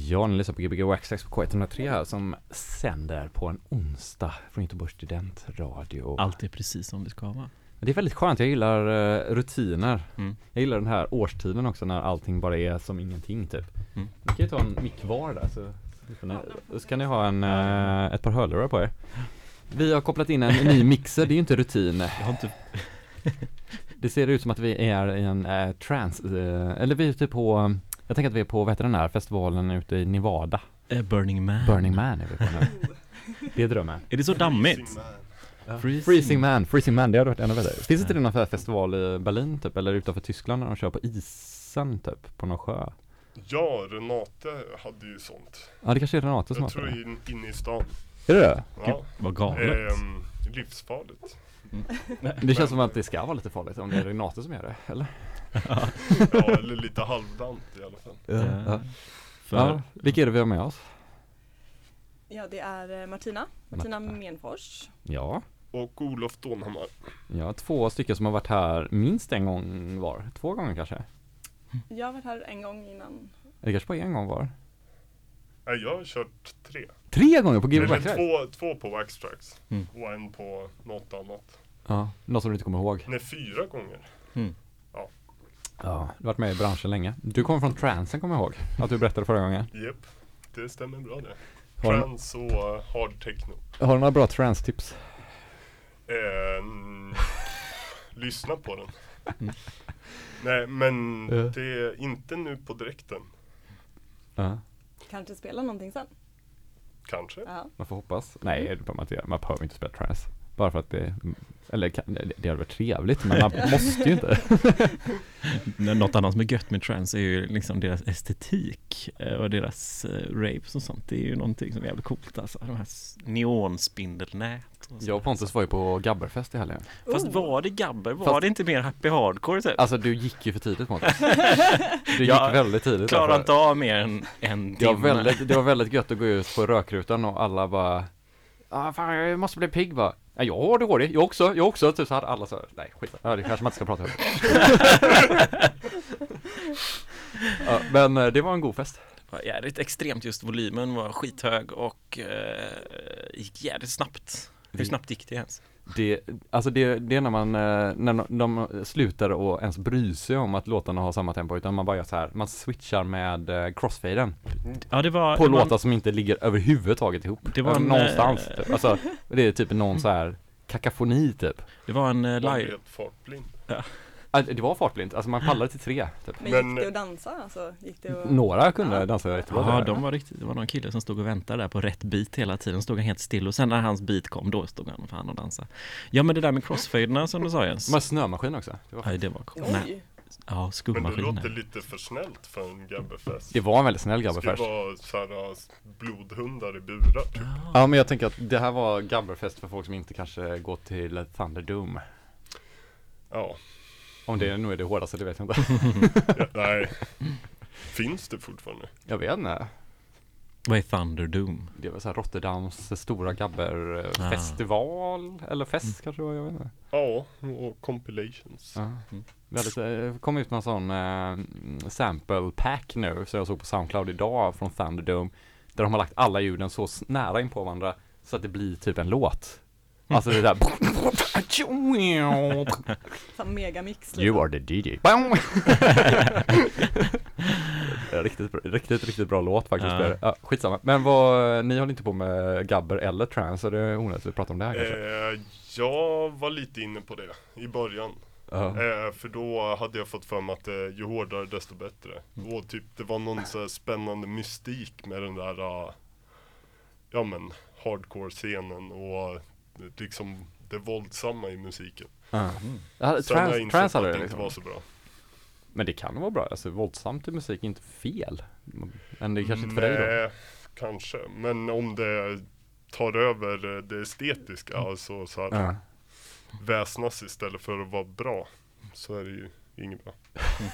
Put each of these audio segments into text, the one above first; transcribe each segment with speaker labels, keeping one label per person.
Speaker 1: Ja, ni lyssnar på Gbg Waxtrax på K103 här som sänder på en onsdag från Göteborgs studentradio.
Speaker 2: Allt är precis som det ska vara.
Speaker 1: Det är väldigt skönt, jag gillar rutiner. Jag gillar den här årstiden också när allting bara är som ingenting typ. Ni kan ju ta en mick var där så ska ni ha ett par hörlurar på er. Vi har kopplat in en ny mixer, det är ju inte rutin.
Speaker 2: Jag har inte...
Speaker 1: Det ser ut som att vi är i en eller vi är typ på, jag tänker att vi är på, vad heter den här festivalen ute i Nevada?
Speaker 2: Burning Man.
Speaker 1: Burning Man är vi på nu. Det är drömmen.
Speaker 2: Är det så dammigt?
Speaker 1: Freezing Man, det hade varit ännu bättre. Finns inte det någon festival i Berlin typ, eller utanför Tyskland när de kör på isen typ, på någon sjö?
Speaker 3: Ja, Renate hade ju sånt.
Speaker 1: Ja, det kanske är Renate som
Speaker 3: jag
Speaker 1: har
Speaker 3: tror inne i stan.
Speaker 1: Är det det?
Speaker 3: Ja.
Speaker 2: Vad galet.
Speaker 3: Livsfarligt.
Speaker 1: Det känns som att det ska vara lite farligt om det är Renate som gör det, eller?
Speaker 3: Ja, eller lite halvdant i alla fall.
Speaker 1: Ja, vilka är det vi har med oss?
Speaker 4: Ja, det är Martina Menfors.
Speaker 1: Ja.
Speaker 3: Och Olof Donhammar.
Speaker 1: Ja, 2 stycken som har varit här minst en gång var. 2 gånger kanske?
Speaker 4: Jag har varit här en gång innan.
Speaker 1: Eller kanske bara en gång var.
Speaker 3: Nej, jag har kört 3.
Speaker 1: 3 gånger på Gbg
Speaker 3: Eller
Speaker 1: Waxtrax?
Speaker 3: 2 på Waxtrax. Och en på något annat.
Speaker 1: Ja, något som du inte kommer ihåg.
Speaker 3: Nej, 4 gånger.
Speaker 1: Ja, du har varit med i branschen länge. Du kommer från transen, kommer jag ihåg. Att du berättade förra gången.
Speaker 3: Japp, det stämmer bra det. Trans och hard techno.
Speaker 1: Har du några bra trans-tips?
Speaker 3: Lyssna på den. Nej, men det är inte nu på direkten.
Speaker 4: Kanske spela någonting sen.
Speaker 3: Kanske.
Speaker 1: Man får hoppas. Nej, det behöver man inte göra. Man behöver inte spela trans. Bara för att det... Eller det hade varit trevligt, men man måste ju inte.
Speaker 2: Något annat som är gött med trans är ju liksom deras estetik och deras rapes och sånt. Det är ju någonting som är jävligt coolt alltså. De här neonspindelnät.
Speaker 1: Jag och Pontus var ju på Gabberfest i helgen.
Speaker 2: Fast var det Gabber? Var det inte mer happy hardcore typ?
Speaker 1: Alltså du gick ju för tidigt, Pontus. Du gick väldigt tidigt.
Speaker 2: Klarar inte av mer än en timme.
Speaker 1: Det var väldigt gött att gå ut på rökrutan och alla bara... fan, jag måste bli pigg bara. Ja, det går det. Jag också. Typ så hade alla så. Nej, skit. Ja, det kanske man inte ska prata om. Men det var en god fest.
Speaker 2: Det var jävligt extremt, just volymen var skithög och gick jävligt snabbt. Hur snabbt gick det ens?
Speaker 1: Det är när de slutar och ens bry sig om att låtarna har samma tempo, utan man bara gör så här, man switchar med crossfaden.
Speaker 2: Ja, det var
Speaker 1: på låtar som inte ligger överhuvudtaget ihop.
Speaker 2: Det var
Speaker 1: någonstans typ. Alltså det är typ någon så här kakafoni typ.
Speaker 2: Det var en live
Speaker 3: fartblind.
Speaker 2: Ja.
Speaker 1: Det var fartblind. Alltså man pallade till 3 typ.
Speaker 4: Men gick det att dansa? Alltså, gick det att...
Speaker 1: Några kunde dansa rätt bra.
Speaker 2: Ja, de var riktigt. Det var någon kille som stod och väntade där på rätt beat hela tiden. Stod han helt still och sen när hans beat kom, då stod han fan och dansade. Ja, men det där med crossfaderna som du sa, Jens.
Speaker 1: Men snömaskin också.
Speaker 2: Nej, det var coolt.
Speaker 4: Nej.
Speaker 2: Ja, skummaskiner.
Speaker 3: Men det låter lite för snällt för en Gabberfest.
Speaker 1: Det var en väldigt snäll Gabberfest.
Speaker 3: Det var så här blodhundar i burar typ.
Speaker 1: Ja, men jag tänker att det här var Gabberfest för folk som inte kanske går till Thunderdome.
Speaker 3: Ja.
Speaker 1: Om det nu är det hårdaste, det vet jag inte.
Speaker 3: Nej. Finns det fortfarande?
Speaker 1: Jag vet inte.
Speaker 2: Vad är Thunderdome?
Speaker 1: Det var så här Rotterdams stora Gabberfestival eller fest kanske, jag vet inte.
Speaker 3: Ja, och compilations.
Speaker 1: Det kom ut någon sån sample pack nu, så jag såg på SoundCloud idag från Thunderdome, där de har lagt alla ljuden så nära in på varandra så att det blir typ en låt. Alltså det där
Speaker 4: som megamix.
Speaker 1: You are the DJ. Riktigt bra låt faktiskt. Ja, skitsamma. Men ni håller inte på med Gabber eller trans, så det är onödigt att prata om det här kanske.
Speaker 3: Jag var lite inne på det i början. För då hade jag fått för mig att ju hårdare desto bättre. Och typ det var någon så här spännande mystik med den där hardcore-scenen och liksom det våldsamma i musiken.
Speaker 1: Trans hade det
Speaker 3: inte
Speaker 1: liksom.
Speaker 3: var så bra.
Speaker 1: Men det kan vara bra, alltså våldsamt i musik är inte fel. Men det är kanske inte för dig då.
Speaker 3: Nej, kanske. Men om det tar över det estetiska, alltså så här väsnas istället för att vara bra, så är det ju inget bra.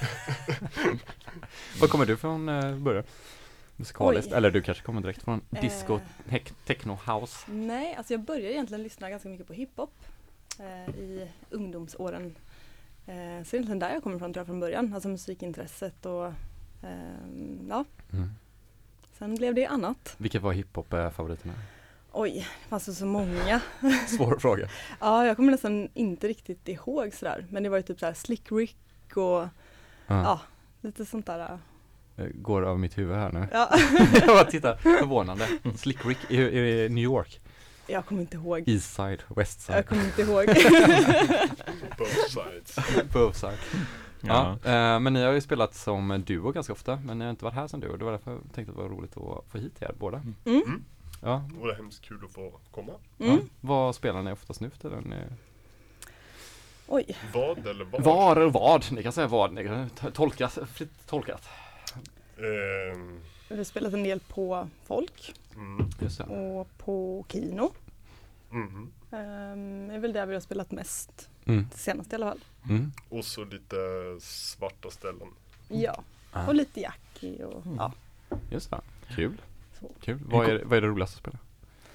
Speaker 1: Var kommer du från början? Musikaliskt? Eller du kanske kommer direkt från disco, techno, house?
Speaker 4: Nej, alltså jag började egentligen lyssna ganska mycket på hiphop i ungdomsåren. Så det är egentligen där jag kommer från, tror jag, från början. Alltså musikintresset och Sen blev det annat.
Speaker 1: Vilka var hiphop-favoriterna?
Speaker 4: Oj, det fanns så många.
Speaker 1: Svår fråga.
Speaker 4: Ja, jag kommer nästan inte riktigt ihåg sådär. Men det var ju typ såhär Slick Rick och ja, lite sånt där.
Speaker 1: Går av mitt huvud här nu.
Speaker 4: Ja.
Speaker 1: Jag bara tittar, förvånande. Slick Rick i New York.
Speaker 4: Jag kommer inte ihåg.
Speaker 1: East side, west side.
Speaker 4: Jag kommer inte ihåg.
Speaker 3: Both sides.
Speaker 1: Both side.
Speaker 2: Ja.
Speaker 1: Ja, men ni har ju spelat som duo ganska ofta, men ni har inte varit här som duo. Det var därför jag tänkte att det var roligt att få hit er båda.
Speaker 3: Mm.
Speaker 1: Ja.
Speaker 3: Och det är hemskt kul att få komma.
Speaker 1: Ja. Vad spelar ni oftast nu för tiden?
Speaker 4: Oj.
Speaker 3: Vad eller vad?
Speaker 1: Var eller vad? Ni kan säga vad. Ni kan fritt tolkat.
Speaker 4: Vi har spelat en del på folk
Speaker 1: Just det.
Speaker 4: och på Kino. Det är väl där vi har spelat mest. Det senaste i alla fall.
Speaker 3: Och så lite svarta ställen.
Speaker 4: Ja, och lite Jackie och ja.
Speaker 1: Just det. Kul.
Speaker 4: Så.
Speaker 1: Kul. Vad är det roligaste att spela?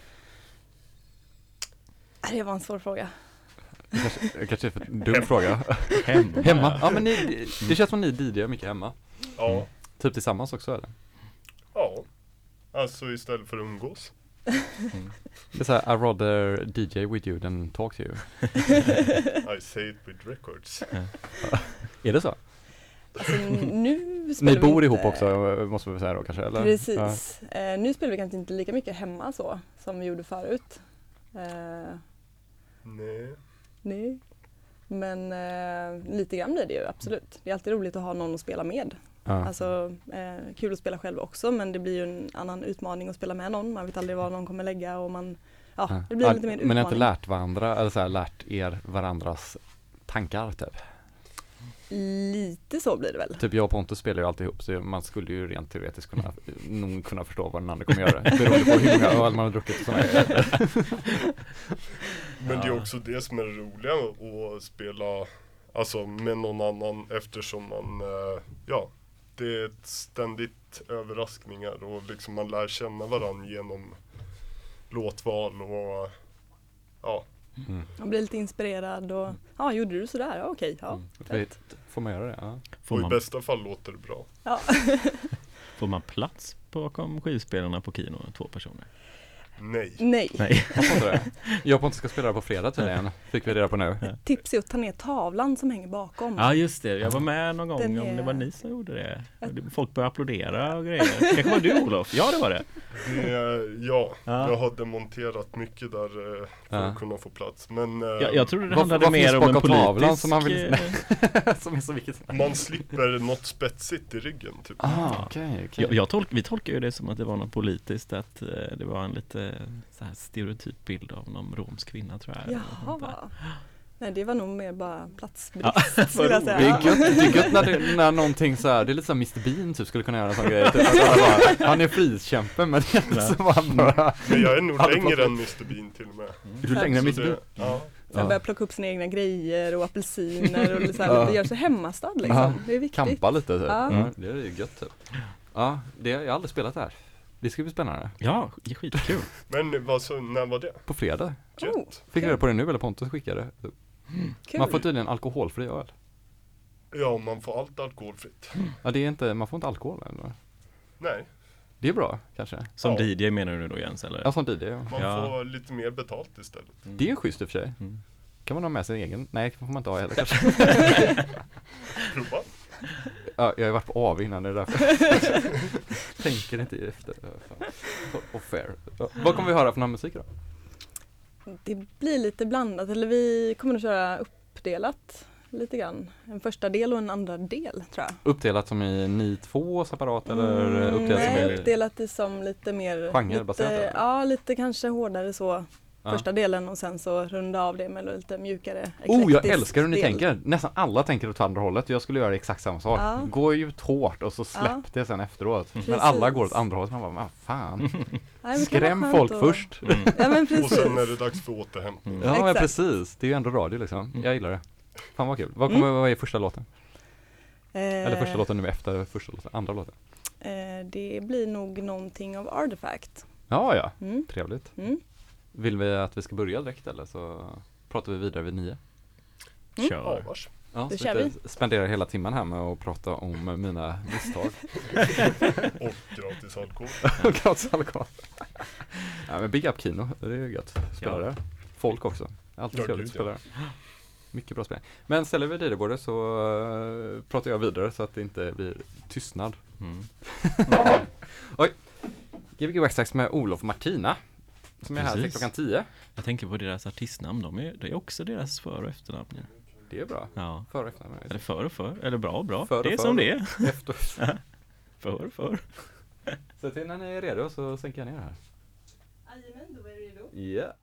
Speaker 4: Det var en svår fråga.
Speaker 1: Kanske är för dum fråga.
Speaker 2: Hemma.
Speaker 1: Ja, men det känns som ni DJar mycket hemma.
Speaker 3: Ja.
Speaker 1: Typ tillsammans också, eller?
Speaker 3: Ja. Alltså istället för att umgås.
Speaker 1: Det är så här, I rather DJ with you than talk to you.
Speaker 3: I say it with records.
Speaker 1: Är det så?
Speaker 4: Alltså, nu spelar
Speaker 1: Ni bor
Speaker 4: vi
Speaker 1: ihop
Speaker 4: inte.
Speaker 1: också, måste vi säga då kanske, eller?
Speaker 4: Precis. Nu spelar vi kanske inte lika mycket hemma så som vi gjorde förut. Nej. Men lite grann blir det ju, absolut. Det är alltid roligt att ha någon att spela med.
Speaker 1: Ja.
Speaker 4: Alltså kul att spela själv också, men det blir ju en annan utmaning att spela med någon. Man vet aldrig vad någon kommer lägga och man, det blir lite mer utmaning.
Speaker 1: Men har inte lärt varandra, eller så här, lärt er varandras tankar typ?
Speaker 4: Lite så blir det väl.
Speaker 1: Typ jag och Pontus spelar ju alltid ihop, så man skulle ju rent teoretiskt kunna förstå vad den andra kommer göra. Beroende på hur många öl man har druckit och sådana.
Speaker 3: Men det är också det som är det roliga att spela alltså med någon annan, eftersom man det är ett ständigt överraskningar och liksom man lär känna varandra genom låtval och
Speaker 4: Man blir lite inspirerad och gjorde du sådär? Ja, okej.
Speaker 1: Får man göra det? Ja.
Speaker 3: Och i bästa fall låter det bra.
Speaker 4: Ja.
Speaker 2: Får man plats bakom skivspelarna på Kino, 2 personer?
Speaker 3: Nej.
Speaker 1: Jag och Pontus ska spela på fredag tydligen, fick vi reda på nu.
Speaker 4: Tips är att ta ner tavlan som hänger bakom.
Speaker 2: Ja just det, jag var med någon gång om det var ni som gjorde det. Folk började applådera och grejer. Kanske var du Olof? Ja det var det.
Speaker 3: Jag har demonterat mycket där för att kunna få plats. Men
Speaker 2: jag trodde det handlade mer om en politisk
Speaker 1: tavlan som man vill som är så viktigt.
Speaker 3: Man slipper något spetsigt i ryggen typ.
Speaker 1: Okay.
Speaker 2: Vi tolkar ju det som att det var något politiskt, att det var en lite så här stereotyp bild av någon romsk kvinna tror jag.
Speaker 4: Jaha. Nej, det var nog mer bara platsbrist skulle jag säga.
Speaker 1: Det är gött när någonting så här, det är lite som Mr. Bean typ skulle kunna göra en sån grej. Typ, han är frihetskämpe, men det är inte så bara.
Speaker 3: Men jag är nog längre än Mr. Bean till och med.
Speaker 1: Är du längre än Mr. Bean?
Speaker 3: Ja.
Speaker 4: Sen börjar plocka upp sina egna grejer och apelsiner och så här, lite gör sig hemmastad liksom. Det är viktigt.
Speaker 1: Kampa lite typ.
Speaker 4: Ja.
Speaker 1: Det är ju gött typ. Ja, jag har aldrig spelat det här. Det ska bli spännande.
Speaker 2: Ja, skitkul.
Speaker 3: Men när var det?
Speaker 1: På fredag. Fick reda på det nu eller Pontus skickade?
Speaker 4: Kul.
Speaker 1: Man får tydligen alkoholfri öl.
Speaker 3: Ja, man får allt alkoholfritt.
Speaker 1: Ja, det är inte, man får inte alkohol eller?
Speaker 3: Nej.
Speaker 1: Det är bra, kanske.
Speaker 2: Som DJ menar du då Jens, eller?
Speaker 1: Ja, som DJ.
Speaker 3: Man får lite mer betalt istället.
Speaker 1: Det är ju schysst i och för sig. Kan man ha med sin egen? Nej, det får man inte ha heller kanske.
Speaker 3: Prova.
Speaker 1: Ja, jag har varit på AV innan, det är därför. Tänker inte efter. Och fair. Vad kommer vi höra för någon musik då?
Speaker 4: Det blir lite blandat, eller vi kommer att köra uppdelat lite grann. En första del och en andra del tror jag.
Speaker 1: Uppdelat som i ni 2 separat eller uppdelat som i...
Speaker 4: uppdelat i som lite mer...
Speaker 1: Genrebaserat?
Speaker 4: Ja, lite kanske hårdare så. Första delen och sen så runda av det med lite mjukare
Speaker 1: jag älskar hur ni tänker. Nästan alla tänker åt andra hållet. Jag skulle göra exakt samma sak. Gå ut hårt och så släpp det sen efteråt. Men alla går åt andra hållet. Man bara, vad fan. Skräm folk först.
Speaker 4: Ja, men precis.
Speaker 3: Och sen är det dags för återhämtning.
Speaker 1: Ja, men precis. Det är ju ändå radio liksom. Jag gillar det. Fan vad kul. Vad är första låten? Eller första låten nu efter första låten. Andra låten.
Speaker 4: Det blir nog någonting av Artifact.
Speaker 1: Ja. Trevligt. Vill vi att vi ska börja direkt eller så pratar vi vidare vid 9?
Speaker 2: Kör.
Speaker 1: Ja,
Speaker 4: Då
Speaker 1: så
Speaker 4: kör
Speaker 1: vi spenderar hela timmen här med att prata om mina misstag.
Speaker 3: Och gratis alkohol.
Speaker 1: Och gratis alkohol. Ja, men Big Up Kino, det är ju gött. Spela där. Folk också. Alltid
Speaker 3: Ja,
Speaker 1: trevligt att
Speaker 3: gud,
Speaker 1: spela där. Mycket bra spel. Men ställer vi leaderboardet så pratar jag vidare så att det inte blir tystnad. Oj. Gbg Waxtrax med Olof och Martina. Som är här till
Speaker 2: Precis.
Speaker 1: klockan 10.
Speaker 2: Jag tänker på deras artistnamn, det är också deras för- och efternamn. Ja.
Speaker 1: Det är bra.
Speaker 2: Ja.
Speaker 1: För och efternamn.
Speaker 2: Eller för och för, eller bra och bra.
Speaker 1: För och
Speaker 2: det är
Speaker 1: för.
Speaker 2: som det är.
Speaker 1: Efter.
Speaker 2: För och för.
Speaker 1: Så till när ni är redo så sänker jag ner här.
Speaker 4: Jajamän, då är vi redo.
Speaker 1: Ja.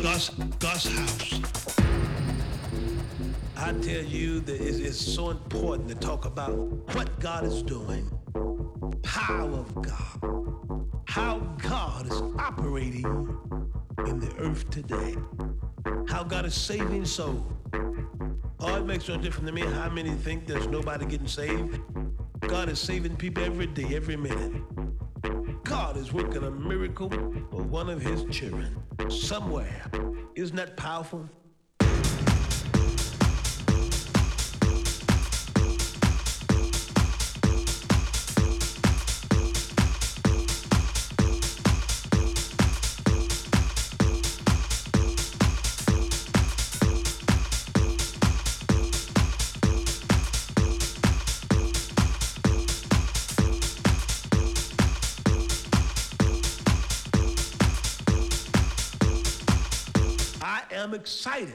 Speaker 5: God's house. I tell you that it's so important to talk about what God is doing, power of God, how God is operating in the earth today, how God is saving souls. Oh, it makes no difference to me how many think there's nobody getting saved. God is saving people every day, every minute. God is working a miracle for one of his children somewhere. Isn't that powerful? I'm excited.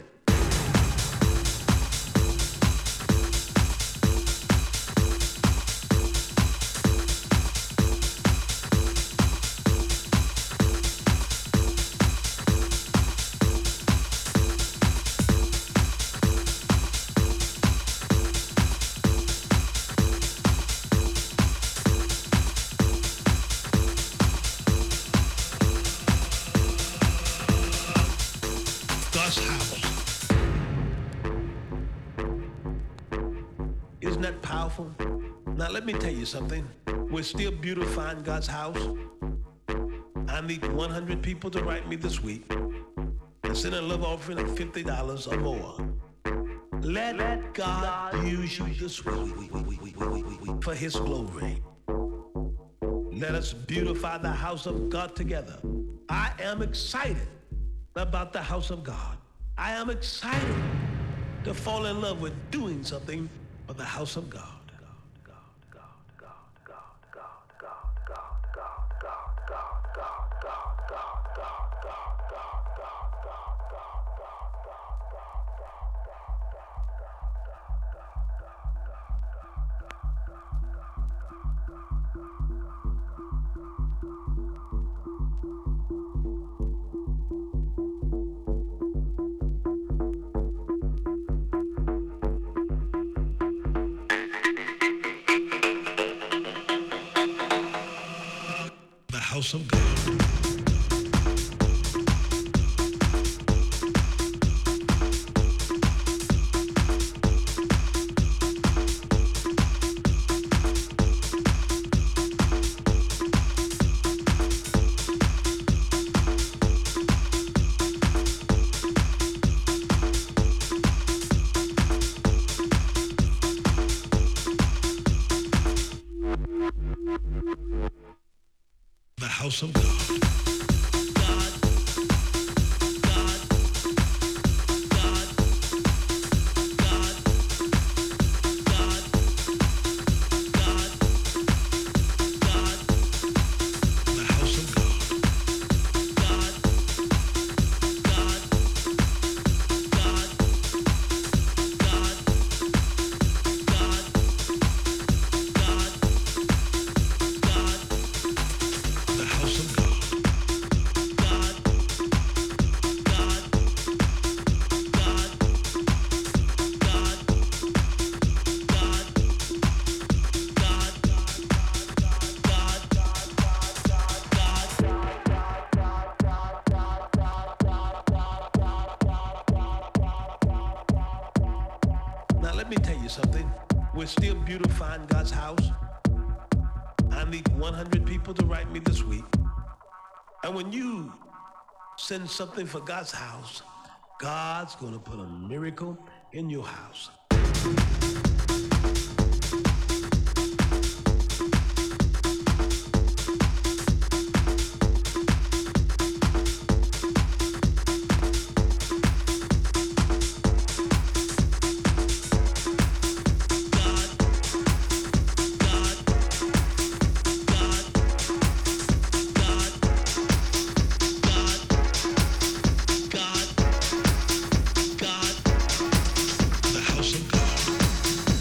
Speaker 5: Isn't that powerful? Now let me tell you something. We're still beautifying God's house. I need 100 people to write me this week and send a love offering of $50 or more. Let God use you this week for his glory. Let us beautify the house of God together. I am excited about the house of God. I am excited to fall in love with doing something for the house of God. House of God. House of God. Let me tell you something. We're still beautifying God's house. I need 100 people to write me this week. And when you send something for God's house, God's going to put a miracle in your house. The house of God.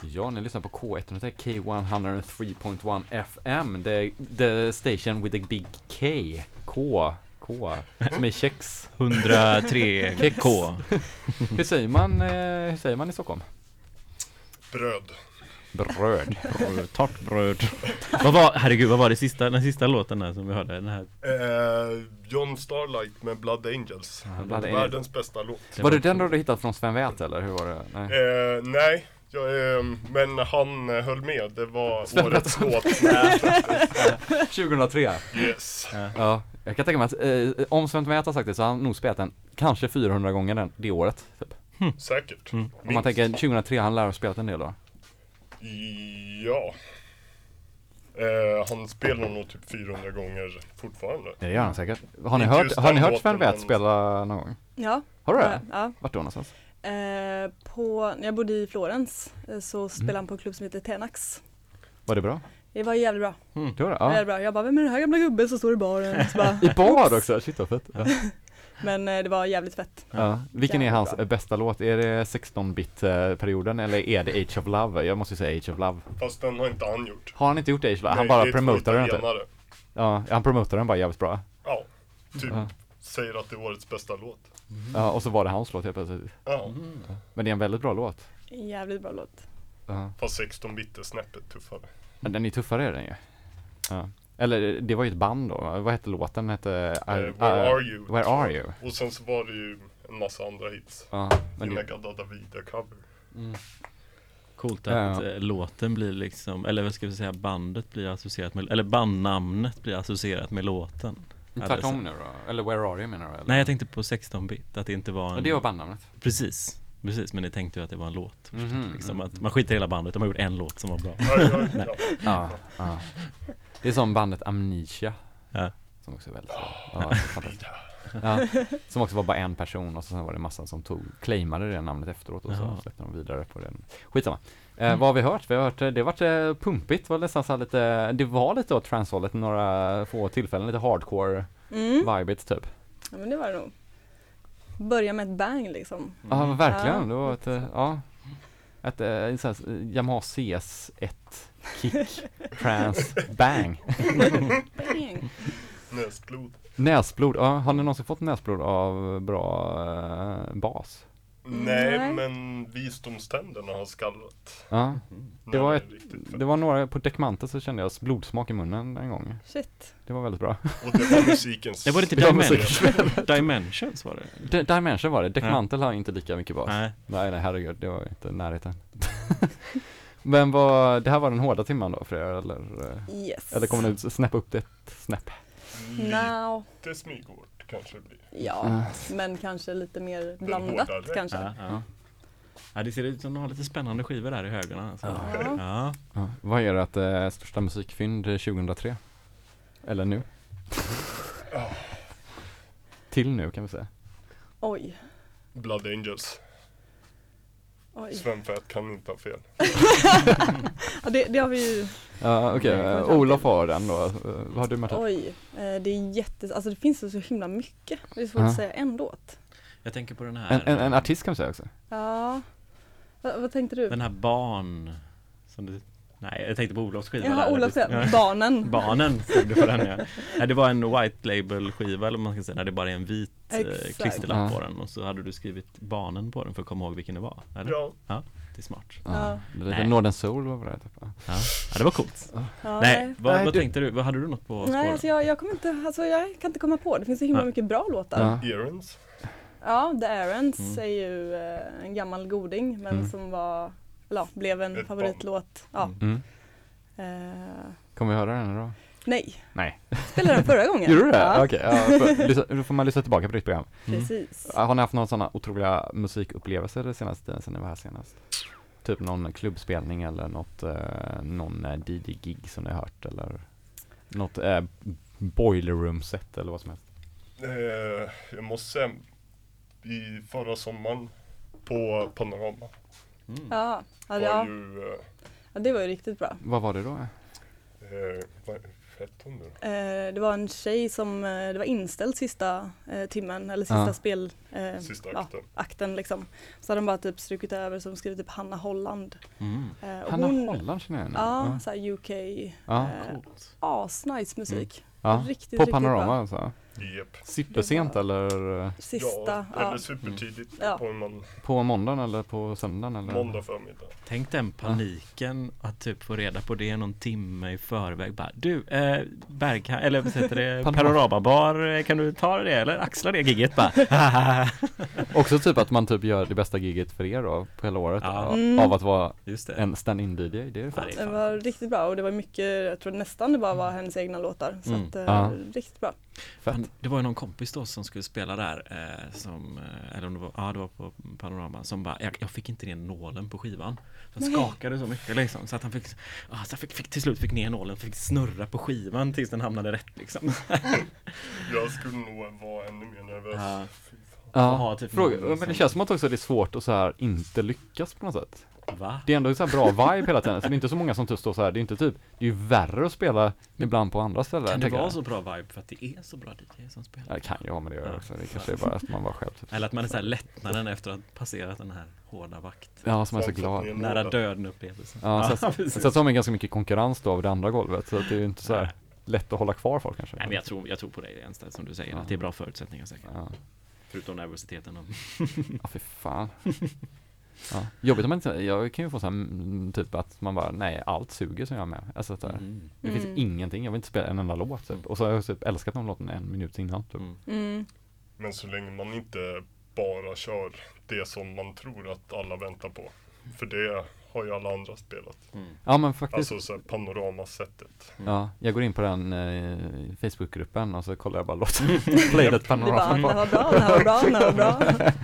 Speaker 1: Ja, ni lyssnar på K103, K103.1 FM. The station with a big K. K. Som är kex.
Speaker 2: 103K.
Speaker 1: Hur säger man i Stockholm?
Speaker 3: Bröd.
Speaker 1: Bröd.
Speaker 2: Torrt bröd. Vad var den sista låten där som vi hörde? Den här.
Speaker 3: John Starlight med Blood Angels.
Speaker 1: Blood Angels.
Speaker 3: Världens bästa låt.
Speaker 1: Var det den du hittade från Sven Väth eller hur var det? Nej.
Speaker 3: Nej. Men han höll med. Det var årets låt.
Speaker 1: 2003.
Speaker 3: Yes.
Speaker 1: Ja, jag kan tänka mig att om Sven Väth har sagt det så har han nog spelat den kanske 400 gånger det året typ.
Speaker 3: Säkert.
Speaker 1: Om man tänker 2003, han lär ha spelat en del då.
Speaker 3: Ja. Han spelar nog typ 400 gånger fortfarande.
Speaker 1: Det gör han säkert. Har ni hört Sven Väth spela någon gång?
Speaker 4: Ja.
Speaker 1: Har du det?
Speaker 4: Ja.
Speaker 1: Vart då någonstans?
Speaker 4: När jag bodde i Florens så spelade han på en klubb som heter Tenax.
Speaker 1: Var det bra?
Speaker 4: Det var jävligt bra.
Speaker 1: Det var det?
Speaker 4: Det var jävligt bra. Jag bara, vem är den här gamla gubben som står i baren? Så bara,
Speaker 1: I bar också? Shit vad fett. Ja.
Speaker 4: Men det var jävligt fett.
Speaker 1: Ja. Vilken är hans
Speaker 4: Jävligt
Speaker 1: bästa låt? Är det 16-bit-perioden eller är det Age of Love? Jag måste ju säga Age of Love.
Speaker 3: Fast den har inte han gjort.
Speaker 1: Har han inte gjort Age of Love? Han
Speaker 3: Nej,
Speaker 1: bara
Speaker 3: det är
Speaker 1: promotar den inte.
Speaker 3: italienare.
Speaker 1: Ja, han promotar den bara jävligt bra.
Speaker 3: Ja, typ
Speaker 1: Ja.
Speaker 3: säger att det är årets bästa låt.
Speaker 1: Ja, och så var det hans låt helt plötsligt.
Speaker 3: Ja,
Speaker 1: Men det är en väldigt bra låt.
Speaker 4: Jävligt bra låt.
Speaker 1: Ja.
Speaker 3: fast 16-bit är snäppet tuffare.
Speaker 1: Men den är tuffare är den ju. Ja. Eller det var ju ett band då. Vad hette låten? Den hette
Speaker 3: Where Are You?
Speaker 1: Where Are You?
Speaker 3: Och sen så var det ju en massa andra hits.
Speaker 1: Ja, men det,
Speaker 3: Mega Davida cover.
Speaker 2: Coolt att låten blir liksom, eller vad ska vi säga, bandet blir associerat med, eller bandnamnet blir associerat med låten.
Speaker 1: tvärtom nu då? Eller Where Are You menar du? Eller?
Speaker 2: Nej, jag tänkte på 16-bit, att det inte var en...
Speaker 1: Men det var bandnamnet.
Speaker 2: Precis, men ni tänkte ju att det var en låt.
Speaker 1: Mhm,
Speaker 2: Liksom, att man skiter i hela bandet, de har gjort en låt som var bra.
Speaker 3: Ja.
Speaker 1: Det är som bandet Amnesia.
Speaker 2: Ja.
Speaker 1: Som också är väldigt fantastiskt. Ja, som också var bara en person och sen var det massa som claimade det namnet efteråt och så släppte de vidare på den. Skitsamma. Vad har vi hört? Vi har hört det var pumpigt, var nästan så lite, det var lite åt transhållet några få tillfällen, lite hardcore vibet typ.
Speaker 4: Ja, men det var det nog. Börja med ett bang liksom.
Speaker 1: Ja, verkligen.
Speaker 4: Ja.
Speaker 1: Det var ett Yamaha CS1 kick trans bang.
Speaker 4: Bang.
Speaker 3: Näsblod.
Speaker 1: Näsblod, ja, har ni någonsin fått näsblod av bra bas?
Speaker 3: Nej, men visdomständerna har skallat.
Speaker 1: Ja,
Speaker 3: Nej,
Speaker 1: det var
Speaker 3: riktigt fett.
Speaker 1: det var några på Däckmantel så kände jag blodsmak i munnen en gång.
Speaker 4: Shit.
Speaker 1: Det var väldigt bra.
Speaker 3: Och det var musikens...
Speaker 2: Det var inte
Speaker 1: Det var
Speaker 2: Dimensions var det?
Speaker 1: Dimension var det. Däckmantel har inte lika mycket bas.
Speaker 2: Nej.
Speaker 1: Nej, herregud, det var inte närheten. Men det här var den hårda timman då för er, eller?
Speaker 4: Yes.
Speaker 1: Eller kommer ni snäppa upp det ett snäpp?
Speaker 4: Now.
Speaker 3: Lite smyghårt kanske det blir.
Speaker 4: Ja, men kanske lite mer blandat
Speaker 3: hårdare.
Speaker 4: kanske.
Speaker 2: Ja, det ser ut som att de har lite spännande skivor där i högerna. Alltså.
Speaker 4: Ja.
Speaker 1: Ja. Vad är ert största musikfynd 2003? Eller nu? Till nu kan vi säga.
Speaker 4: Oj.
Speaker 3: Blood Angels.
Speaker 4: Oj.
Speaker 3: Sven Väth kan inte ha fel.
Speaker 4: Ja, det har vi ju.
Speaker 1: Ja, okej. Olof har den då. Vad har du med?
Speaker 4: Oj. Det är alltså det finns så himla mycket. Det är svårt att säga en låt.
Speaker 2: Jag tänker på den här.
Speaker 1: En artist kan vi säga också.
Speaker 4: Ja. Vad tänkte du?
Speaker 2: Den här barn som du... Nej, jag tänkte på Olofs skiva.
Speaker 4: Jaha,
Speaker 2: där.
Speaker 4: Olof säger Barnen.
Speaker 2: Barnen stod det på den, ja. Nej, det var en white label skiva, eller man ska säga, när det bara är en vit klisterlapp på den. Och så hade du skrivit Barnen på den för att komma ihåg vilken det var, eller?
Speaker 3: Ja.
Speaker 2: Det är smart.
Speaker 4: Ja.
Speaker 1: Lite Northern Soul var det typ.
Speaker 2: Ja, det var coolt.
Speaker 4: Ja,
Speaker 2: Nej, vad tänkte du? Vad hade du något på spåret?
Speaker 4: Nej, alltså jag kommer inte, alltså jag kan inte komma på. Det finns så himla mycket bra låtar.
Speaker 1: Ja.
Speaker 3: Errands.
Speaker 4: Ja, The Errands är ju en gammal goding, men som var, blev en
Speaker 3: Ett
Speaker 4: favoritlåt. Ja.
Speaker 1: Kommer vi höra den då?
Speaker 4: Nej,
Speaker 1: Nej.
Speaker 4: spelade den förra gången.
Speaker 1: Gjorde du det?
Speaker 4: Ja.
Speaker 1: Okej, då får man lyssna tillbaka på ditt program.
Speaker 4: Precis.
Speaker 1: Har ni haft några sådana otroliga musikupplevelser det senaste sen ni var här senast? Typ någon klubbspelning eller någon DJ-gig som ni har hört eller något boiler room set eller vad som helst?
Speaker 3: Jag måste säga i förra sommaren på Panorama
Speaker 4: Ja,
Speaker 3: var
Speaker 4: ja,
Speaker 3: ju
Speaker 4: det var ju riktigt bra.
Speaker 1: Vad var det då?
Speaker 3: 13 nu?
Speaker 4: Det var en tjej som, det var inställt sista timmen eller sista
Speaker 3: Sista akten.
Speaker 4: akten liksom. Så hade de bara typ strukit över som skrivit typ Hanna Holland. Och
Speaker 1: Hanna Holland känner jag igen.
Speaker 4: Ja, så här UK.
Speaker 2: Coolt.
Speaker 4: Asnice musik.
Speaker 1: Ja,
Speaker 4: Riktigt,
Speaker 1: på
Speaker 4: riktigt
Speaker 1: Panorama
Speaker 4: bra.
Speaker 1: alltså.
Speaker 3: Yep.
Speaker 1: Supersent eller
Speaker 4: Sista.
Speaker 3: Eller supertidigt
Speaker 4: Ja.
Speaker 1: på måndagen eller på söndagen eller?
Speaker 3: Måndag förmiddag.
Speaker 2: Tänk den paniken att typ få reda på det någon timme i förväg. Bara, du, eller vad heter det? Panoramabar, kan du ta det eller axla det gigget bara?
Speaker 1: Också typ att man typ gör det bästa giget för er då på hela året av att vara
Speaker 2: Just det.
Speaker 1: en stand-in DJ. Det är fan.
Speaker 4: Det var riktigt bra och det var mycket, jag tror nästan det bara var hennes egna låtar. Så att, riktigt bra.
Speaker 1: Fett.
Speaker 2: Det var ju någon kompis då som skulle spela där eller om det var, det var på Panorama som bara, jag fick inte ner nålen på skivan. Han skakade så mycket liksom, så att han fick till slut fick ner nålen, fick snurra på skivan tills den hamnade rätt liksom.
Speaker 3: Jag skulle nog vara ännu mer nervös.
Speaker 1: Ja,
Speaker 2: typ
Speaker 1: men det känns som att också det är svårt att så här inte lyckas på något sätt.
Speaker 2: Va?
Speaker 1: Det är ändå så här bra vibe hela tiden, så det är inte så många som typ står så här, det är inte typ, det är ju värre att spela ibland på andra ställen.
Speaker 2: Kan det vara
Speaker 1: jag.
Speaker 2: så bra vibe för att det är så bra DJ som spelar?
Speaker 1: Ja, det kan ju ha med det att göra också, det kanske är bara att man var själv typ.
Speaker 2: Eller att man är så här lättnaden efter att ha passerat den här hårda vakt.
Speaker 1: Ja, som är så glad.
Speaker 2: Nära döden upplevelsen.
Speaker 1: Ja, så har man ganska mycket konkurrens då av det andra golvet, så att det är ju inte så här lätt att hålla kvar folk kanske.
Speaker 2: Nej, men jag tror på dig Enstedt, som du säger, att det är bra förutsättningar säkert.
Speaker 1: Ja.
Speaker 2: Förutom nervositeten.
Speaker 1: Ja, för fan. Ja. Jobbigt om man inte, jag kan ju få så här typ att man bara, nej, allt suger som jag är med. Alltså att det finns ingenting, jag vill inte spela en enda låt typ. Och så har jag typ älskat den låten 1 minut innan typ.
Speaker 3: Men så länge man inte bara kör det som man tror att alla väntar på. För det har ju alla andra spelat.
Speaker 1: Ja, men faktiskt.
Speaker 3: Alltså så här panoramasättet.
Speaker 1: Ja, jag går in på den Facebookgruppen och så kollar jag bara låten. Playlet Panorama.
Speaker 4: Det var bra.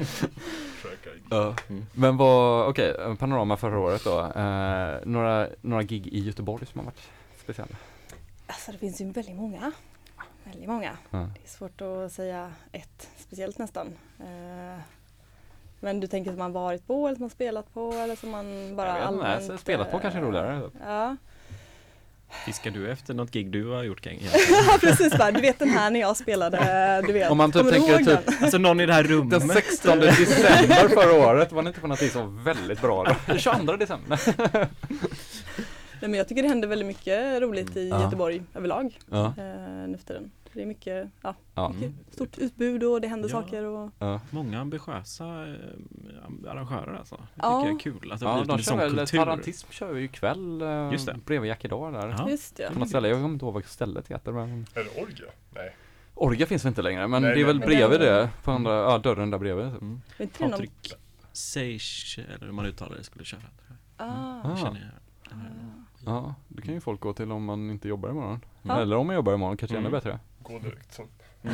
Speaker 1: Men okej, Panorama förra året då. Några gig i Göteborg som har varit speciella?
Speaker 4: Alltså det finns ju väldigt många. Det är svårt att säga ett speciellt nästan. Men du tänker som man varit på eller som man spelat på eller som man bara allmänt...
Speaker 1: Nej, spelat på kanske roligare.
Speaker 4: Ja.
Speaker 2: Fiskar du efter något gig du har gjort, Keng?
Speaker 4: Ja, precis. Du vet den här när jag spelade, du vet.
Speaker 1: Om man typ tänker typ,
Speaker 2: alltså någon i det här rummet.
Speaker 1: den 16 december förra året var det inte på någonting som var väldigt bra då. 22 december.
Speaker 4: Nej, men jag tycker det händer väldigt mycket roligt i Göteborg överlag nu för tiden. Det är mycket, mycket stort utbud och det händer saker. Och...
Speaker 2: Många ambitiösa arrangörer alltså. Det tycker jag är kul. Att det har
Speaker 1: de
Speaker 2: blivit
Speaker 1: kör väl,
Speaker 2: kultur.
Speaker 1: Tarantism kör ju ikväll bredvid Jack idag där.
Speaker 2: Ja.
Speaker 4: Just det.
Speaker 1: På något ställe, jag kommer inte ihåg vad stället heter. Men...
Speaker 3: Är det Orgia? Nej.
Speaker 1: Orgia finns väl inte längre, men det är väl bredvid det. På andra, dörren där bredvid.
Speaker 2: Patrik Sage, eller hur man uttalar det, skulle köra. Känner jag.
Speaker 1: Ja, det kan ju folk gå till om man inte jobbar imorgon. Eller om man jobbar imorgon, kanske ännu bättre.
Speaker 3: Gå direkt sen.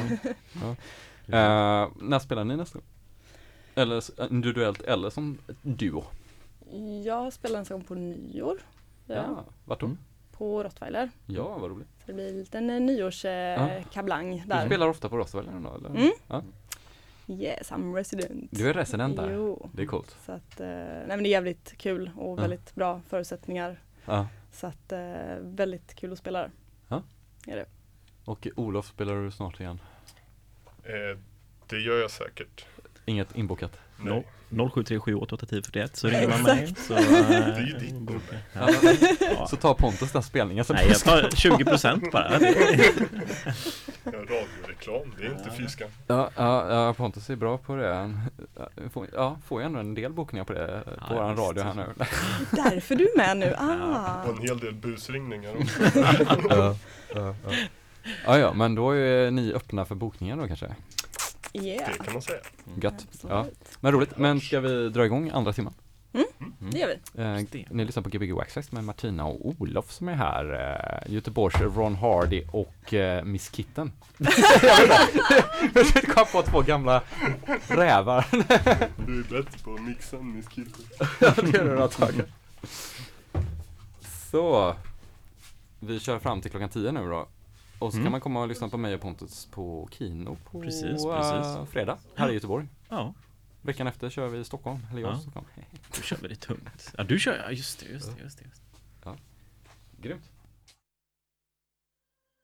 Speaker 1: När spelar ni nästa gång? Eller individuellt eller som duo?
Speaker 4: Jag spelar en sång på nyår.
Speaker 1: Vart då?
Speaker 4: På Rottweiler.
Speaker 1: Ja, vad roligt.
Speaker 4: Så det blir en liten nyårskablang där.
Speaker 1: Du spelar ofta på Rottweiler då, eller? Ja.
Speaker 4: Yes, I'm resident.
Speaker 1: Du är resident där?
Speaker 4: Jo.
Speaker 1: Det är coolt.
Speaker 4: Så att, nej men det är jävligt kul och väldigt bra förutsättningar. Så att, väldigt kul att spela där.
Speaker 1: Ja.
Speaker 4: Är det.
Speaker 1: Och Olof spelar du snart igen?
Speaker 3: Det gör jag säkert.
Speaker 1: Inget inbokat?
Speaker 3: Nej.
Speaker 2: 0737881041 så ringer man mig. Så,
Speaker 3: det är ju ditt nummer.
Speaker 1: Så tar Pontus den spelningen.
Speaker 2: Nej, jag tar 20% bara.
Speaker 3: Radioreklam, det är inte fiskan.
Speaker 1: Ja, Pontus är bra på det. Får jag ändå en del bokningar på det på våran radio här nu.
Speaker 4: Därför du är med nu.
Speaker 3: Och en hel del busringningar också.
Speaker 1: Ja, men då är ni öppna för bokningar då kanske?
Speaker 4: Yeah.
Speaker 3: Det kan man säga.
Speaker 1: Gött. Ja. Men roligt. Men ska vi dra igång andra timman?
Speaker 4: Det gör vi.
Speaker 1: Ni lyssnar på Gbg Waxxax med Martina och Olof som är här. Göteborgs Ron Hardy och Miss Kitten. Jag försökte komma på 2 gamla rävar.
Speaker 3: Du är bättre på att mixa än Miss Kitten.
Speaker 1: Ja, det är det taget. Så. Vi kör fram till klockan 10 nu då. Och så kan man komma och lyssna på mig och Pontus på Kino på
Speaker 2: precis.
Speaker 1: fredag här i Göteborg.
Speaker 2: Ja.
Speaker 1: Veckan efter kör vi i Stockholm, eller jag i Stockholm.
Speaker 2: Du kör väldigt tungt. Ja, du kör, just det.
Speaker 1: Ja. Grymt.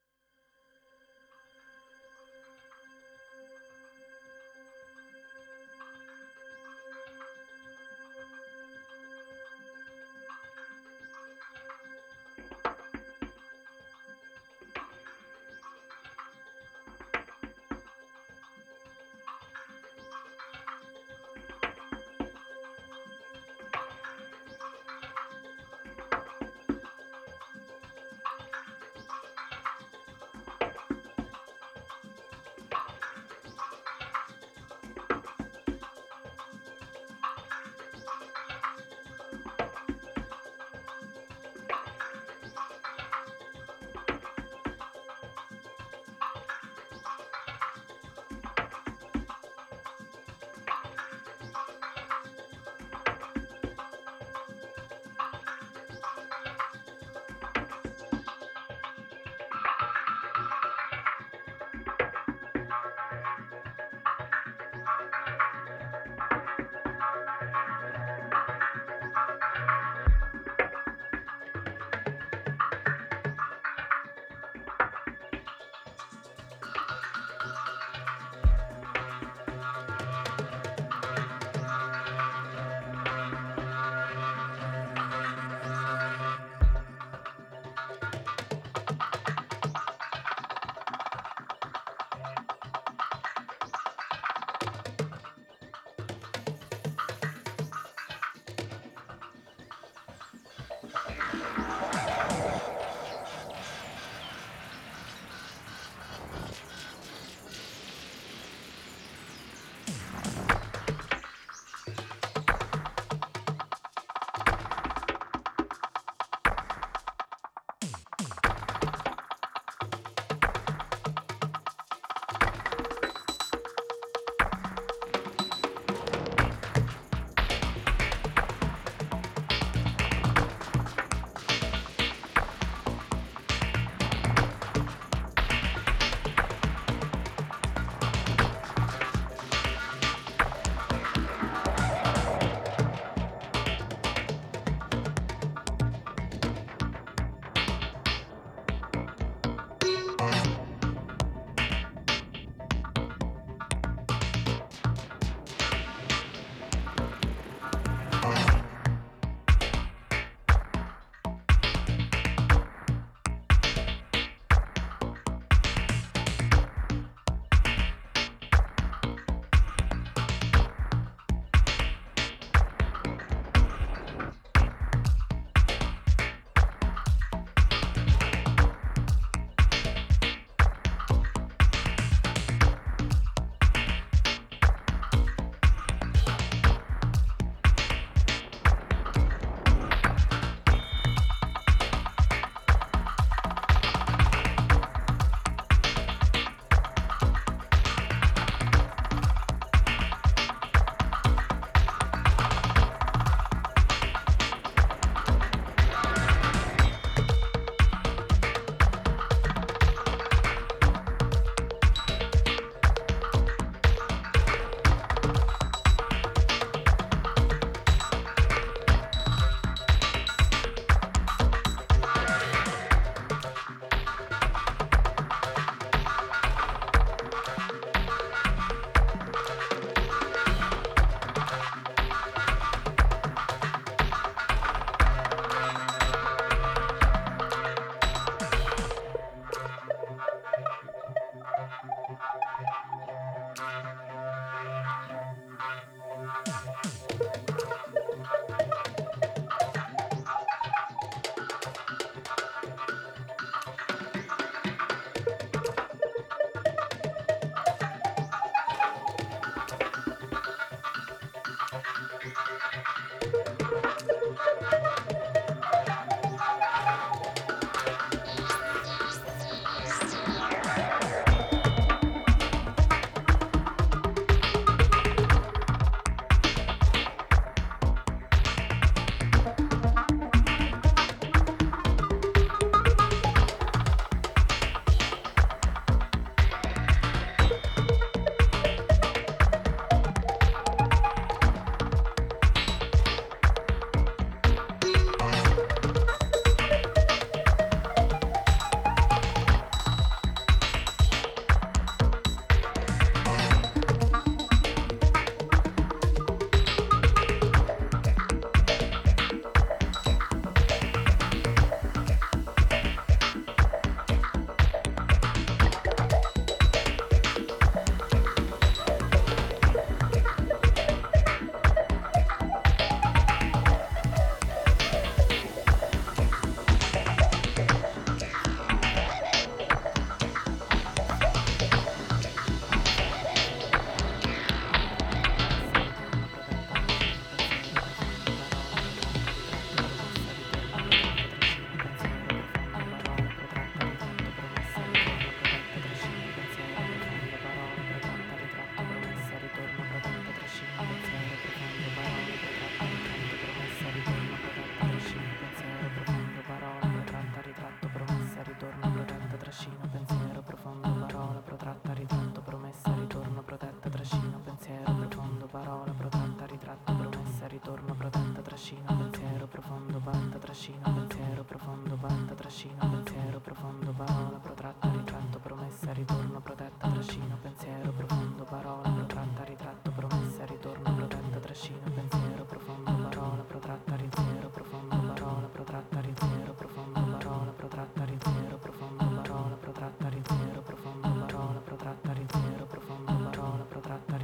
Speaker 6: protratta, riziero, profondo, parola, protratta, riziero, profondo,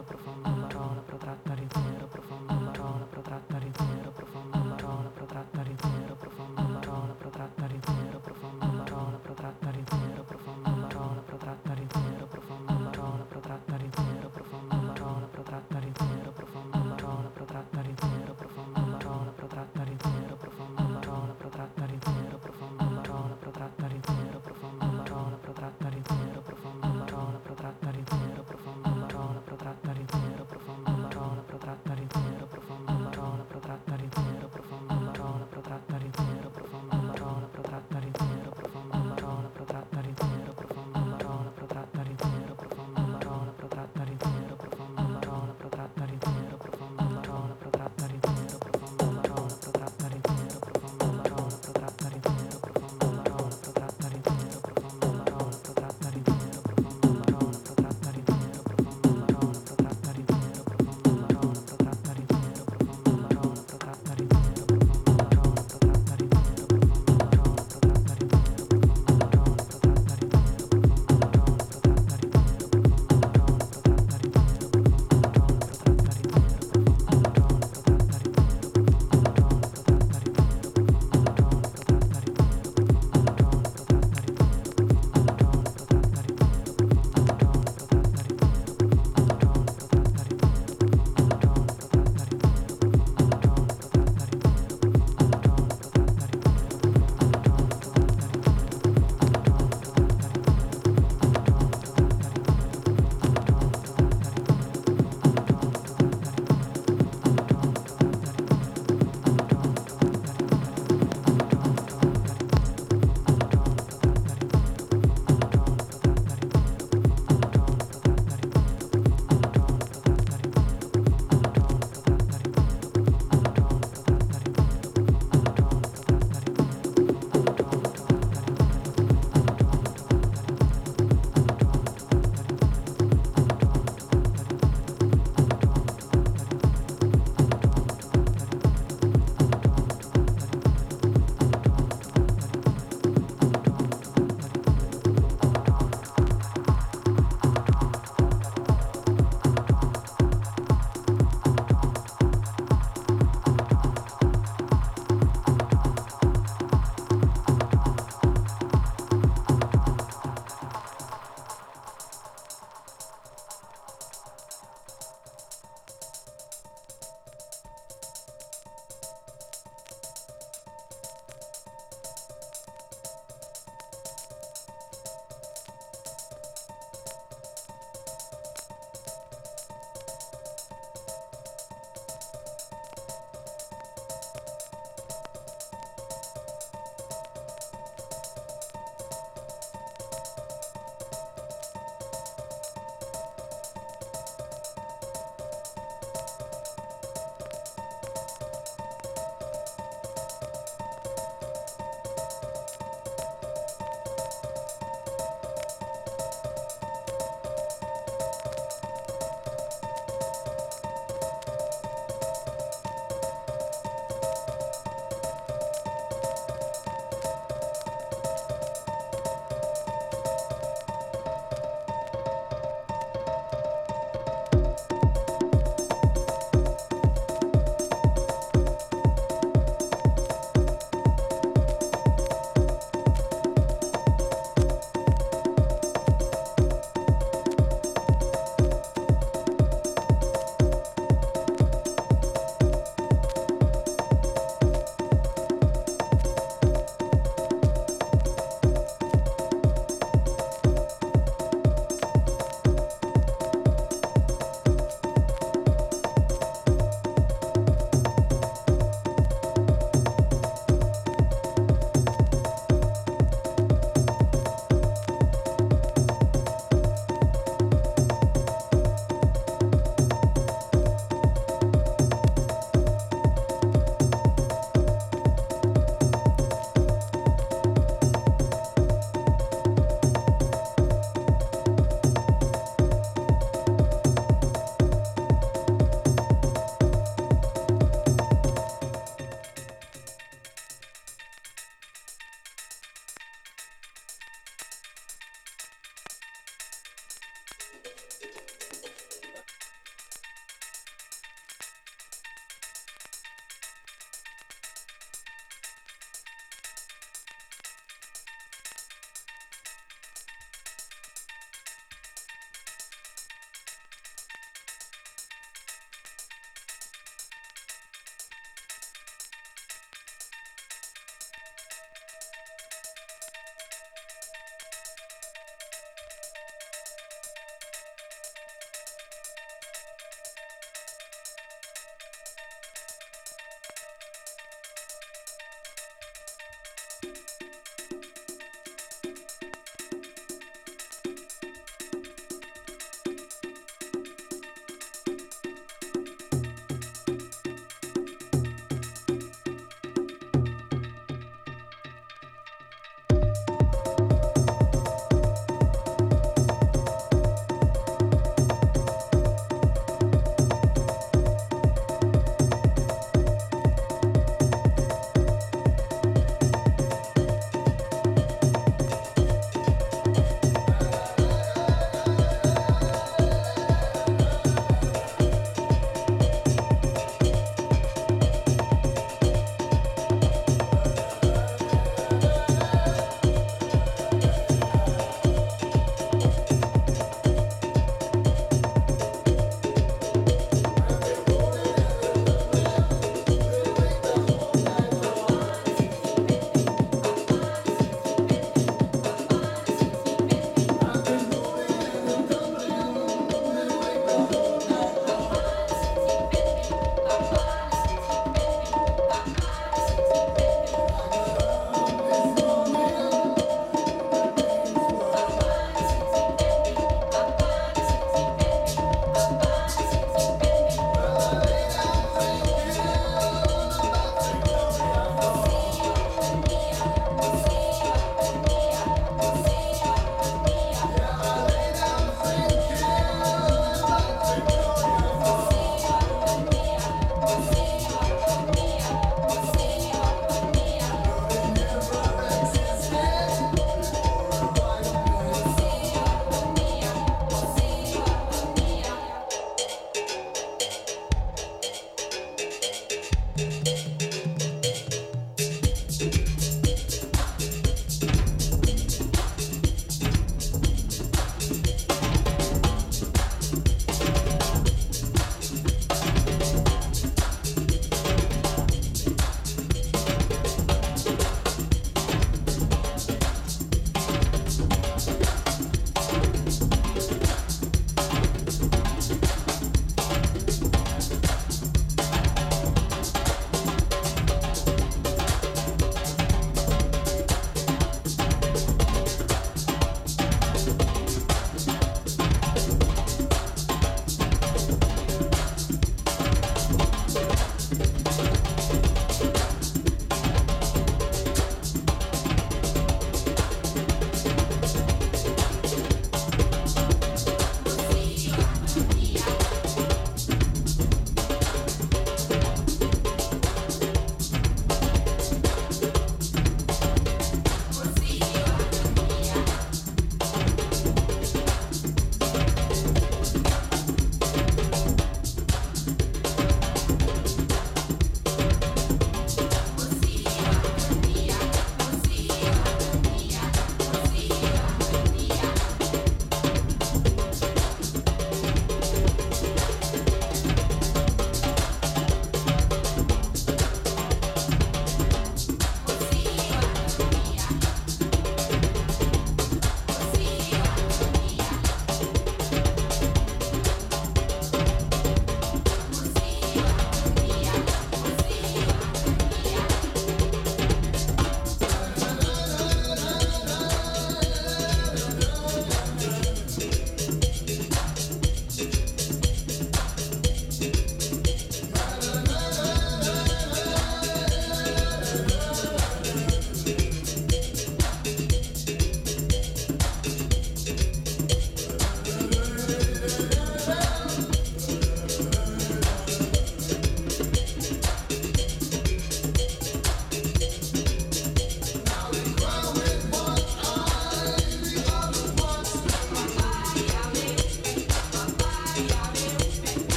Speaker 6: insieme profondo, un parola protratta insieme profondo, un parola protratta insieme profondo, un parola protratta insieme profondo, un parola protratta insieme profondo, un parola protratta insieme profondo, un parola protratta insieme profondo, un parola protratta insieme profondo, un parola protratta insieme profondo, un parola protratta insieme profondo, un parola protratta insieme profondo, un parola protratta insieme profondo, un parola protratta insieme profondo, un parola protratta insieme profondo, un parola protratta insieme profondo, un parola protratta insieme profondo.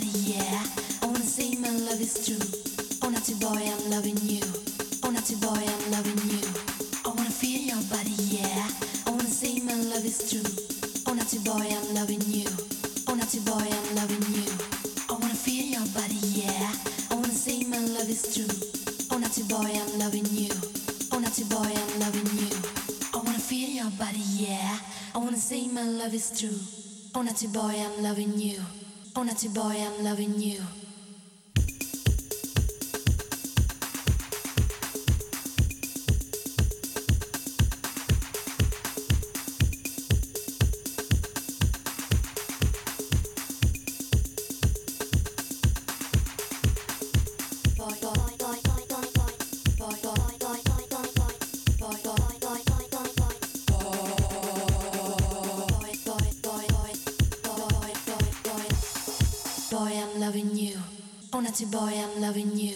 Speaker 7: body, yeah. I wanna say my love is true. Oh, naughty boy, I'm loving you. Oh, naughty boy, I'm loving you. I wanna feel your body, yeah. I wanna say my love is true. Oh, naughty boy, I'm loving you. Oh, naughty boy, I'm loving you. I wanna feel your body, yeah. I wanna say my love is true. Oh, naughty boy, I'm loving you. Oh, naughty boy, I'm loving you. I wanna feel your body, yeah. I wanna say my love is true. Oh, naughty boy, I'm loving you. Oh, naughty boy, I'm loving you. Naughty boy, I'm loving you.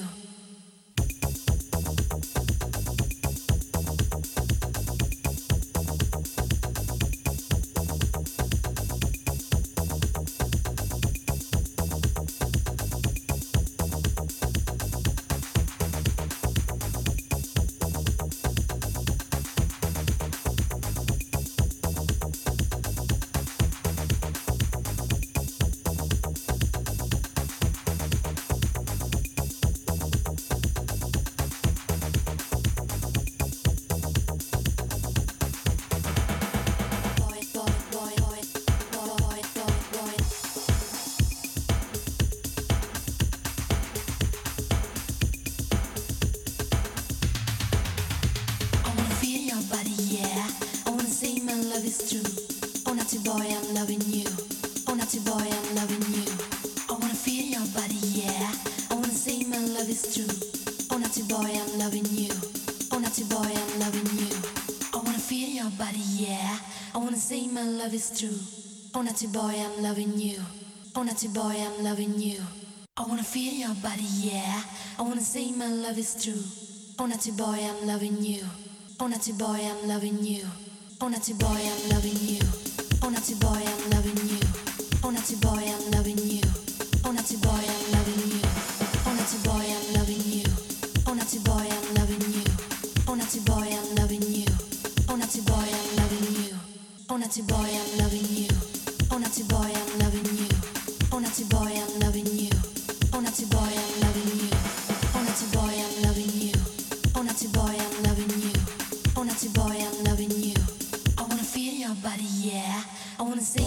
Speaker 7: True. Oh, naughty boy, I'm loving you. Oh, naughty boy, I'm loving you. I wanna feel your body, yeah. I wanna say my love is true. Oh, naughty boy, I'm loving you. Oh, naughty boy, I'm loving you. Oh, naughty boy, I'm loving you. Oh, naughty boy, I'm loving you. Oh, naughty boy, I'm loving you. Oh, naughty boy, I'm loving you. Oh, naughty boy, I'm loving you. Oh, naughty boy, I'm loving you. Oh, naughty boy, I'm loving you. Oh, naughty boy, I'm loving you. Oh, naughty boy, I'm loving you. Oh, naughty boy, I'm loving you. Oh, naughty boy, I'm loving you. Oh, naughty boy, I'm loving you. Oh, naughty boy, I'm loving you. Oh, naughty boy, I'm loving you. Oh, naughty boy, I'm loving you. I wanna feel your body, yeah. I wanna say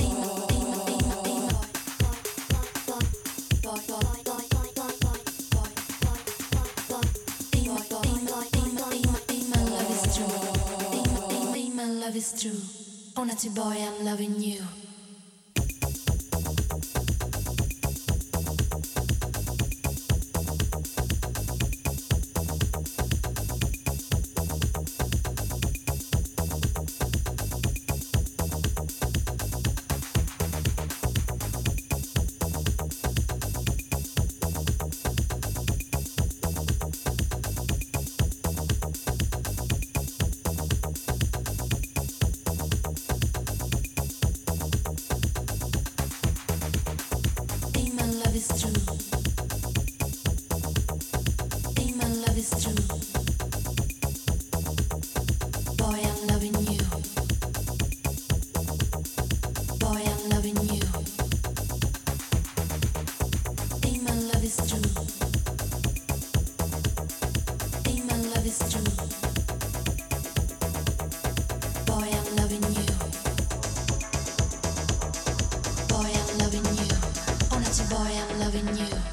Speaker 7: love is true. Oh, naughty boy, I'm loving you. Boy, I'm loving you.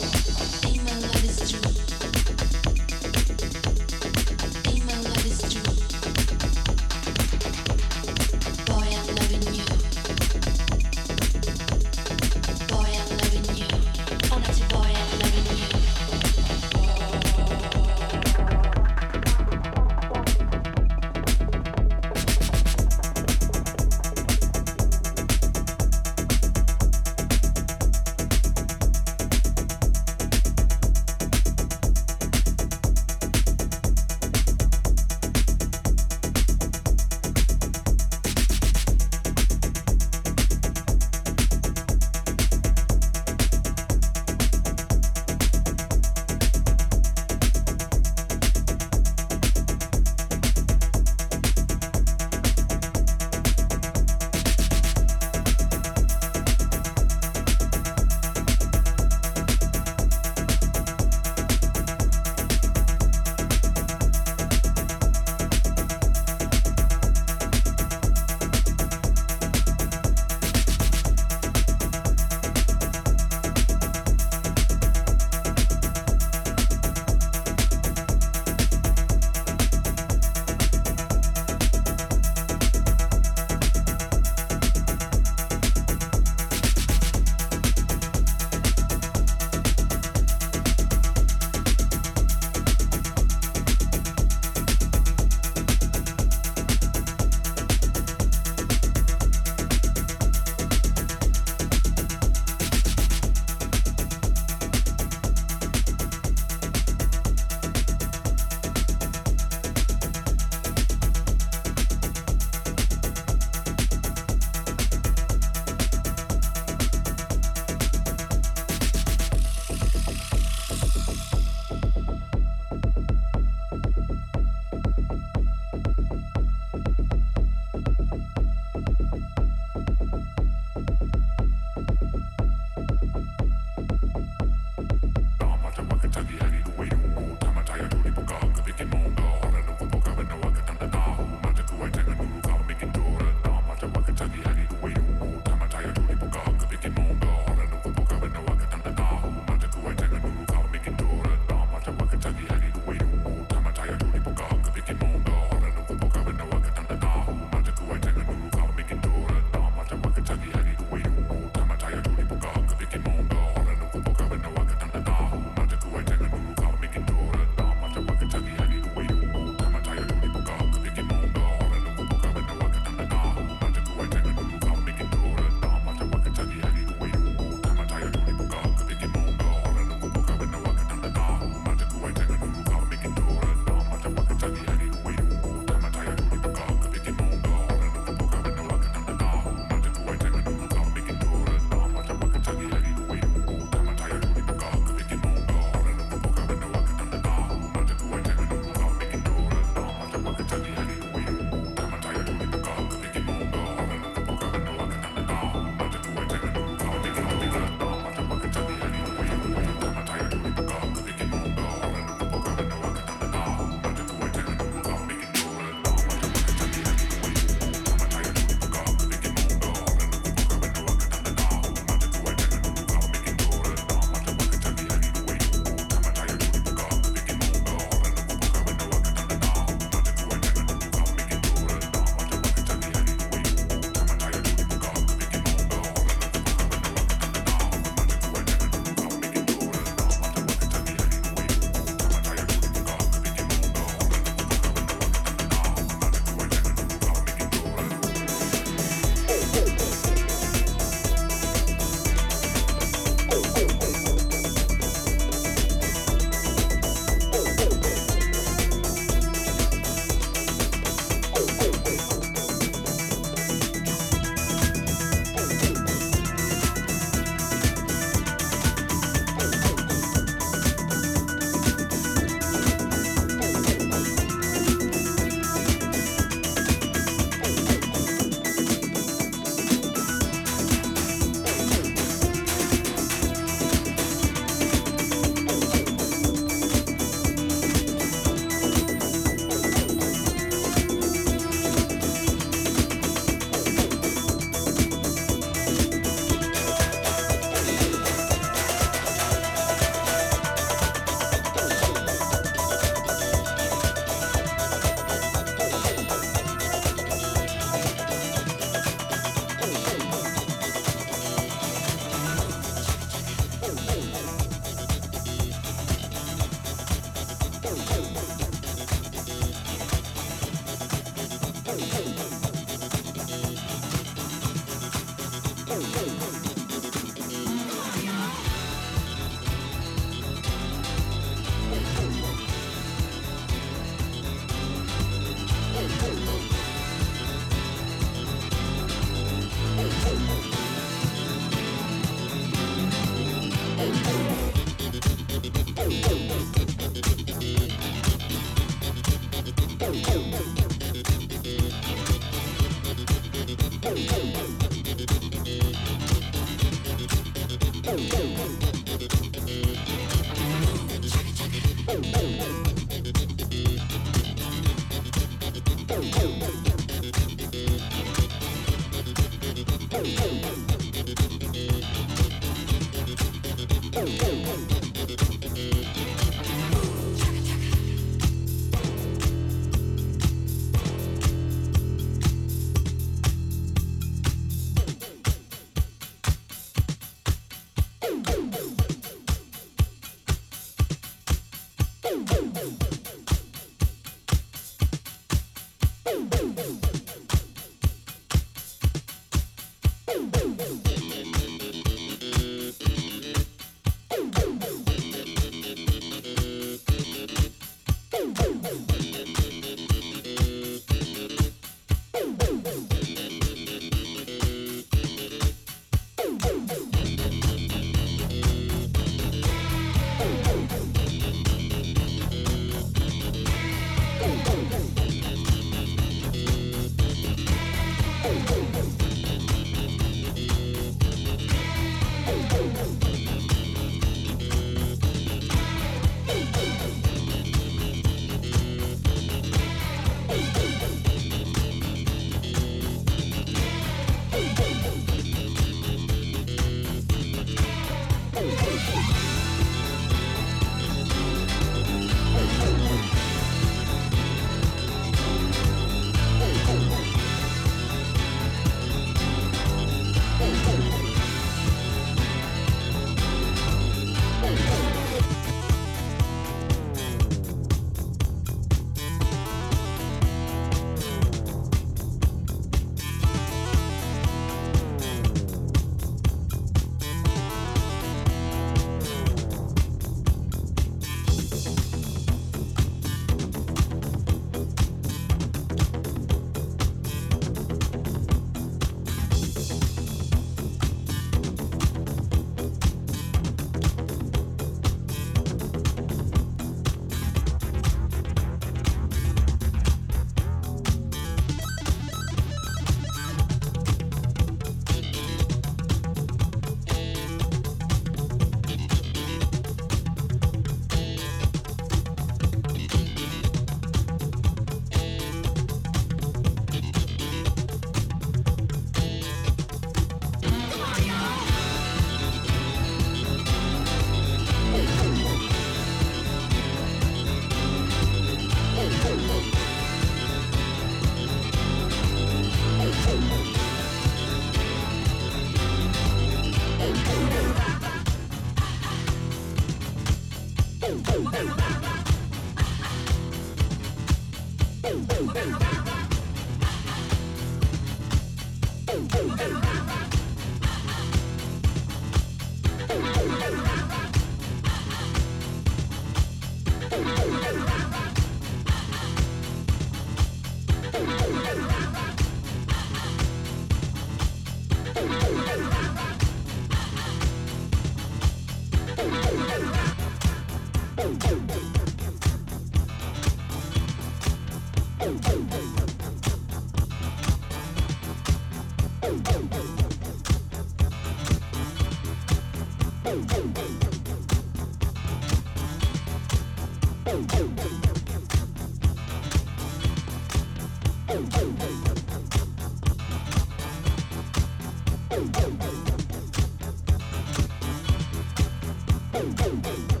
Speaker 8: Boom, boom, boom.